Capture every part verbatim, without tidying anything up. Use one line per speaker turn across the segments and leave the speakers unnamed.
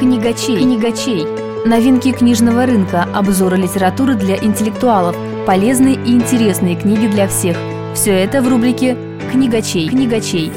Книгачей. Книгачей. Новинки книжного рынка, обзоры литературы для интеллектуалов, полезные и интересные книги для всех. Все это в рубрике «Книгачей». Книгачей.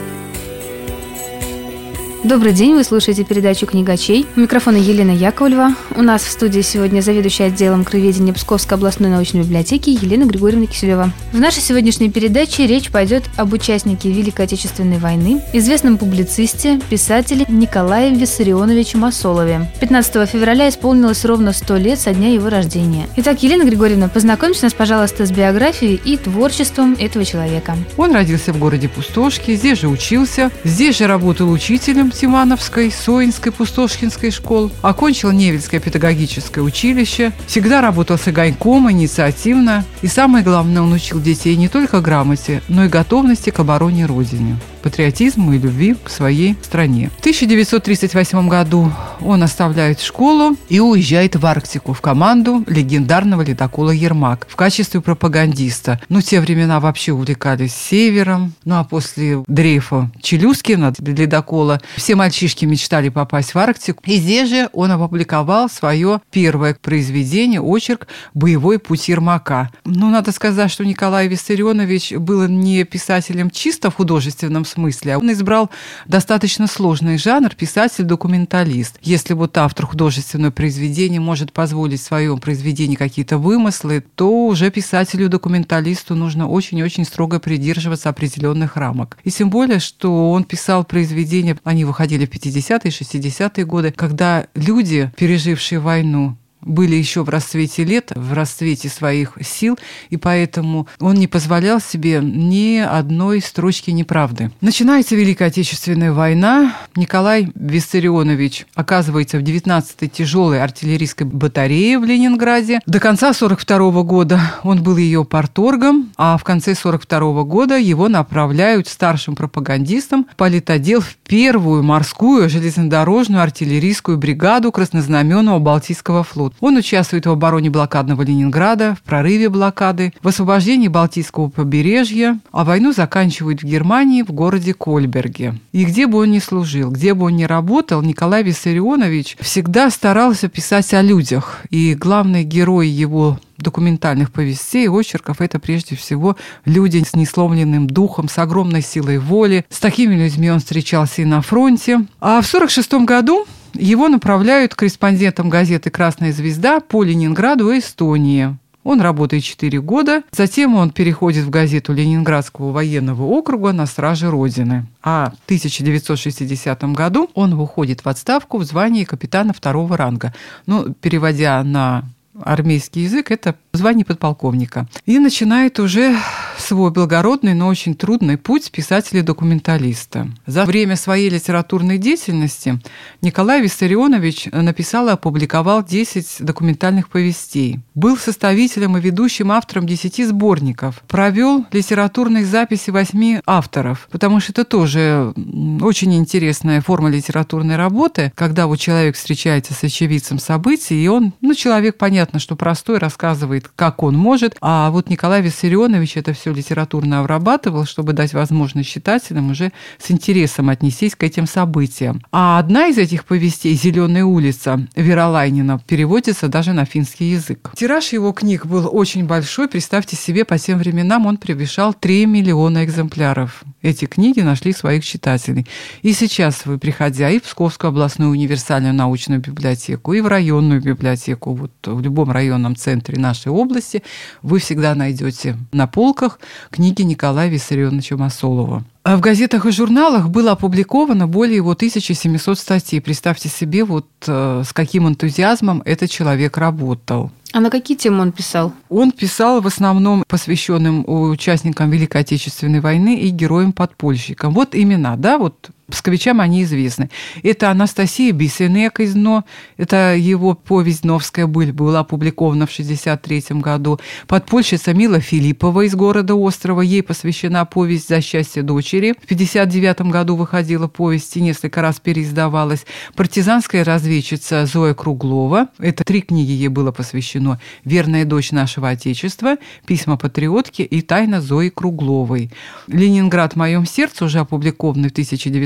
Добрый день, вы слушаете передачу «Книгачей». У микрофона Елена Яковлева. У нас в студии сегодня заведующая отделом краеведения Псковской областной научной библиотеки Елена Григорьевна Киселева. В нашей сегодняшней передаче речь пойдет об участнике Великой Отечественной войны, известном публицисте, писателе Николае Виссарионовиче Масолове. пятнадцатого февраля исполнилось ровно сто лет со дня его рождения. Итак, Елена Григорьевна, познакомьте нас, пожалуйста, с биографией и творчеством этого человека.
Он родился в городе Пустошки, здесь же учился, здесь же работал учителем Тимановской, Соинской, Пустошкинской школ, окончил Невельское педагогическое училище, всегда работал с огоньком, инициативно, и самое главное, он учил детей не только грамоте, но и готовности к обороне Родины, патриотизму и любви к своей стране. В тысяча девятьсот тридцать восьмом году он оставляет школу и уезжает в Арктику в команду легендарного ледокола «Ермак» в качестве пропагандиста. Ну, те времена вообще увлекались севером. Ну, а после дрейфа Челюскина ледокола все мальчишки мечтали попасть в Арктику. И здесь же он опубликовал свое первое произведение, очерк «Боевой путь Ермака». Ну, надо сказать, что Николай Виссарионович был не писателем чисто в художественном смысле, а он избрал достаточно сложный жанр писатель-документалист. Если вот автор художественного произведения может позволить в своем произведении какие-то вымыслы, то уже писателю-документалисту нужно очень-очень строго придерживаться определенных рамок. И тем более, что он писал произведения, они выходили в пятидесятые, шестидесятые годы, когда люди, пережившие войну, были еще в расцвете лет, в расцвете своих сил, и поэтому он не позволял себе ни одной строчки неправды. Начинается Великая Отечественная война. Николай Виссарионович оказывается в девятнадцатой тяжелой артиллерийской батарее в Ленинграде. До конца сорок второго года он был ее парторгом, а в конце сорок второго года его направляют старшим пропагандистом в политотдел в первую морскую железнодорожную артиллерийскую бригаду Краснознаменного Балтийского флота. Он участвует в обороне блокадного Ленинграда, в прорыве блокады, в освобождении Балтийского побережья, а войну заканчивают в Германии, в городе Кольберге. И где бы он ни служил, где бы он ни работал, Николай Виссарионович всегда старался писать о людях. И главный герой его документальных повестей и очерков – это прежде всего люди с несломленным духом, с огромной силой воли. С такими людьми он встречался и на фронте. А в сорок шестом году его направляют корреспондентом газеты «Красная звезда» по Ленинграду и Эстонии. Он работает четыре года, затем он переходит в газету Ленинградского военного округа на страже Родины. А в тысяча девятьсот шестидесятом году он выходит в отставку в звании капитана второго ранга. Ну, переводя на армейский язык, это звание подполковника. И начинает уже свой благородный, но очень трудный путь писателя-документалиста. За время своей литературной деятельности Николай Виссарионович написал и опубликовал десять документальных повестей. Был составителем и ведущим автором десяти сборников. Провел литературные записи восьми авторов, потому что это тоже очень интересная форма литературной работы, когда вот человек встречается с очевидцем событий, и он, ну, человек, понятно, что простой, рассказывает, как он может, а вот Николай Виссарионович это все литературно обрабатывал, чтобы дать возможность читателям уже с интересом отнестись к этим событиям. А одна из этих повестей «Зеленая улица» Веролайнина переводится даже на финский язык. Тираж его книг был очень большой. Представьте себе, по тем временам он превышал три миллиона экземпляров. Эти книги нашли своих читателей. И сейчас вы, приходя и в Псковскую областную универсальную научную библиотеку, и в районную библиотеку, вот в любом районном центре нашей области, вы всегда найдете на полках книги Николая Виссарионовича Масолова. В газетах и журналах было опубликовано более его тысячи семисот статей. Представьте себе, вот э, с каким энтузиазмом этот человек работал.
А на какие темы он писал?
Он писал в основном посвященным участникам Великой Отечественной войны и героям-подпольщикам. Вот имена, да, вот псковичам они известны. Это Анастасия Бисенек из НО, это его повесть «Новская быль» была опубликована в шестьдесят третьем году. Подпольщица Мила Филиппова из города Острова, ей посвящена повесть «За счастье дочери». В пятьдесят девятом году выходила повесть и несколько раз переиздавалась. Партизанская разведчица Зоя Круглова, это три книги ей было посвящено: «Верная дочь нашего Отечества», «Письма патриотки» и «Тайна Зои Кругловой». «Ленинград в моем сердце», уже опубликованный в тысяча девятьсот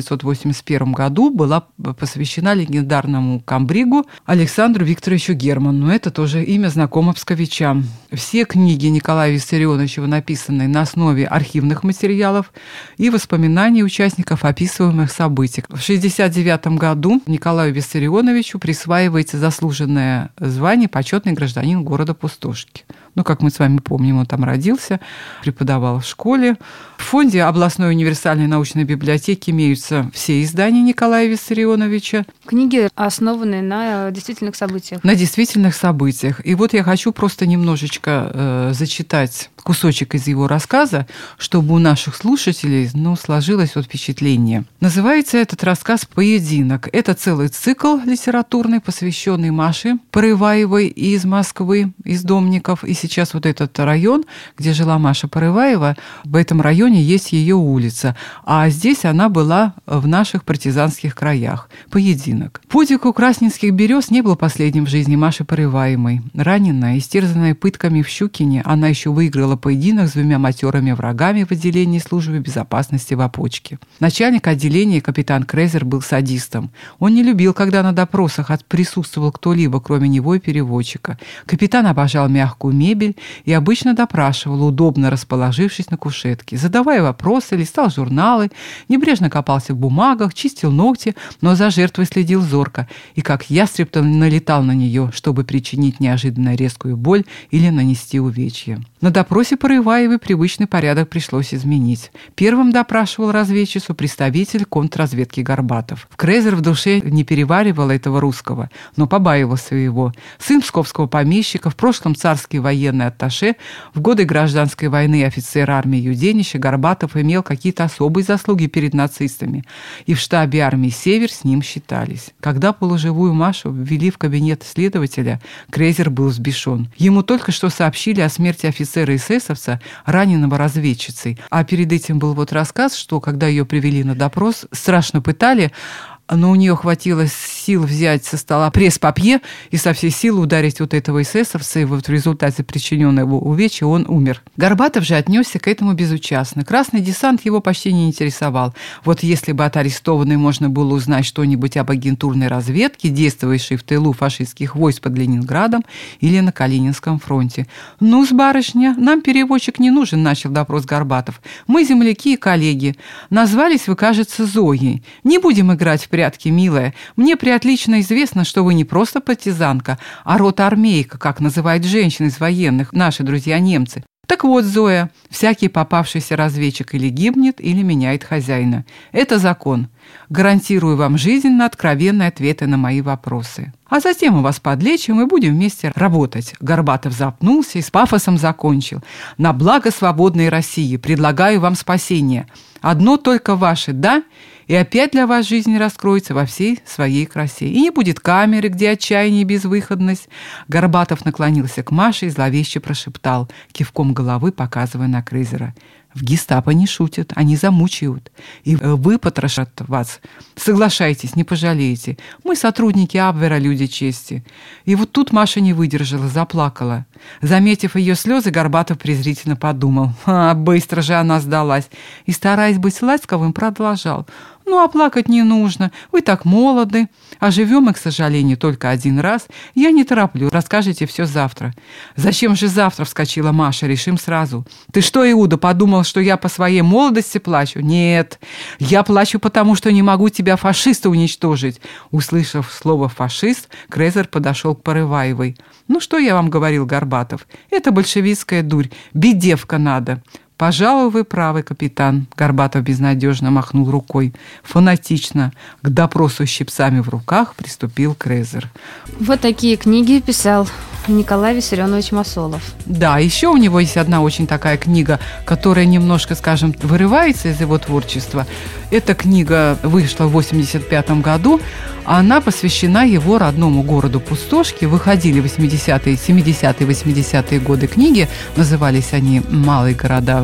девятьсот восемьдесят первом году была посвящена легендарному комбригу Александру Викторовичу Герману. Это тоже имя знакомо псковичам. Все книги Николая Виссарионовича написаны на основе архивных материалов и воспоминаний участников описываемых событий. В шестьдесят девятом году Николаю Виссарионовичу присваивается заслуженное звание почетный гражданин города Пустошки. Ну, как мы с вами помним, он там родился, преподавал в школе. В фонде областной универсальной научной библиотеки имеются все издания Николая Виссарионовича.
Книги основаны на действительных событиях.
На действительных событиях. И вот я хочу просто немножечко э, зачитать кусочек из его рассказа, чтобы у наших слушателей ну, сложилось вот впечатление. Называется этот рассказ «Поединок». Это целый цикл литературный, посвященный Маше Порываевой из Москвы, из Домников. И сейчас вот этот район, где жила Маша Порываева, в этом районе есть ее улица. А здесь она была в наших партизанских краях. «Поединок». Подвиг у Красненских берез не был последним в жизни Маши Порываевой. Раненая, истерзанная пытками в Щукине, она еще выиграла поединок с двумя матерыми врагами в отделении службы безопасности в Опочке. Начальник отделения капитан Крейзер был садистом. Он не любил, когда на допросах присутствовал кто-либо, кроме него и переводчика. Капитан обожал мягкую мебель и обычно допрашивал, удобно расположившись на кушетке, задавая вопросы, листал журналы, небрежно копался в бумагах, чистил ногти, но за жертвой следил зорко и как ястреб-то налетал на нее, чтобы причинить неожиданно резкую боль или нанести увечья. На допросе Порываевой привычный порядок пришлось изменить. Первым допрашивал разведчицу представитель контрразведки Горбатов. Крейзер в душе не переваривал этого русского, но побаивался его. Сын псковского помещика, в прошлом царский военный атташе, в годы гражданской войны офицер армии Юденища, Горбатов имел какие-то особые заслуги перед нацистами, и в штабе армии «Север» с ним считались. Когда полуживую Машу ввели в кабинет следователя, Крейзер был взбешен. Ему только что сообщили о смерти офицера эсэсовца, раненого разведчицей. А перед этим был вот рассказ, что когда ее привели на допрос, страшно пытали, но у нее хватило сил взять со стола пресс-папье и со всей силы ударить вот этого эсэсовца, и вот в результате причиненного увечья он умер. Горбатов же отнесся к этому безучастно. Красный десант его почти не интересовал. Вот если бы от арестованной можно было узнать что-нибудь об агентурной разведке, действовавшей в тылу фашистских войск под Ленинградом или на Калининском фронте. «Ну-с, барышня, нам переводчик не нужен», — начал допрос Горбатов. «Мы земляки и коллеги. Назвались вы, кажется, Зоей. Не будем играть в прятки, милая. Мне преотлично известно, что вы не просто партизанка, а рота-армейка, как называют женщин из военных, наши друзья-немцы. Так вот, Зоя, всякий попавшийся разведчик или гибнет, или меняет хозяина. Это закон. Гарантирую вам жизнь на откровенные ответы на мои вопросы. А затем мы вас подлечим и будем вместе работать». Горбатов запнулся и с пафосом закончил. «На благо свободной России предлагаю вам спасение. Одно только ваше «да», и опять для вас жизнь раскроется во всей своей красе. И не будет камеры, где отчаяние и безвыходность». Горбатов наклонился к Маше и зловеще прошептал, кивком головы показывая на Крейзера: «В гестапо не шутят, они замучают и выпотрошат вас. Соглашайтесь, не пожалеете. Мы сотрудники Абвера, люди чести». И вот тут Маша не выдержала, заплакала. Заметив ее слезы, Горбатов презрительно подумал: «А, быстро же она сдалась». И, стараясь быть ласковым, продолжал: «Ну, а плакать не нужно. Вы так молоды. А живем мы, к сожалению, только один раз. Я не тороплю. Расскажете все завтра». «Зачем же завтра?» — вскочила Маша. «Решим сразу». «Ты что, Иуда, подумал, что я по своей молодости плачу?» «Нет. Я плачу, потому что не могу тебя, фашиста, уничтожить». Услышав слово «фашист», Крейзер подошел к Порываевой. «Ну, что я вам говорил, Горбатов? Это большевистская дурь. Бить девка надо». «Пожалуй, вы правы, капитан», — Горбатов безнадежно махнул рукой. Фанатично, к допросу с щипцами в руках приступил Крейзер.
Вот такие книги писал Николай Виссарионович Масолов.
Да, еще у него есть одна очень такая книга, которая немножко, скажем, вырывается из его творчества. Эта книга вышла в восемьдесят пятом году, а она посвящена его родному городу Пустошки. Выходили в восьмидесятые, семидесятые, восьмидесятые годы книги, назывались они «Малые города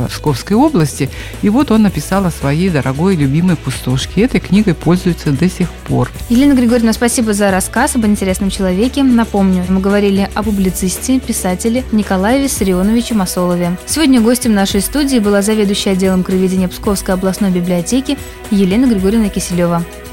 в Псковской области. И вот он написал о своей дорогой, любимой пустошке. Этой книгой пользуется до сих пор.
Елена Григорьевна, спасибо за рассказ об интересном человеке. Напомню, мы говорили о публицисте, писателе Николае Виссарионовиче Масолове. Сегодня гостем нашей студии была заведующая отделом краеведения Псковской областной библиотеки Елена Григорьевна Киселева.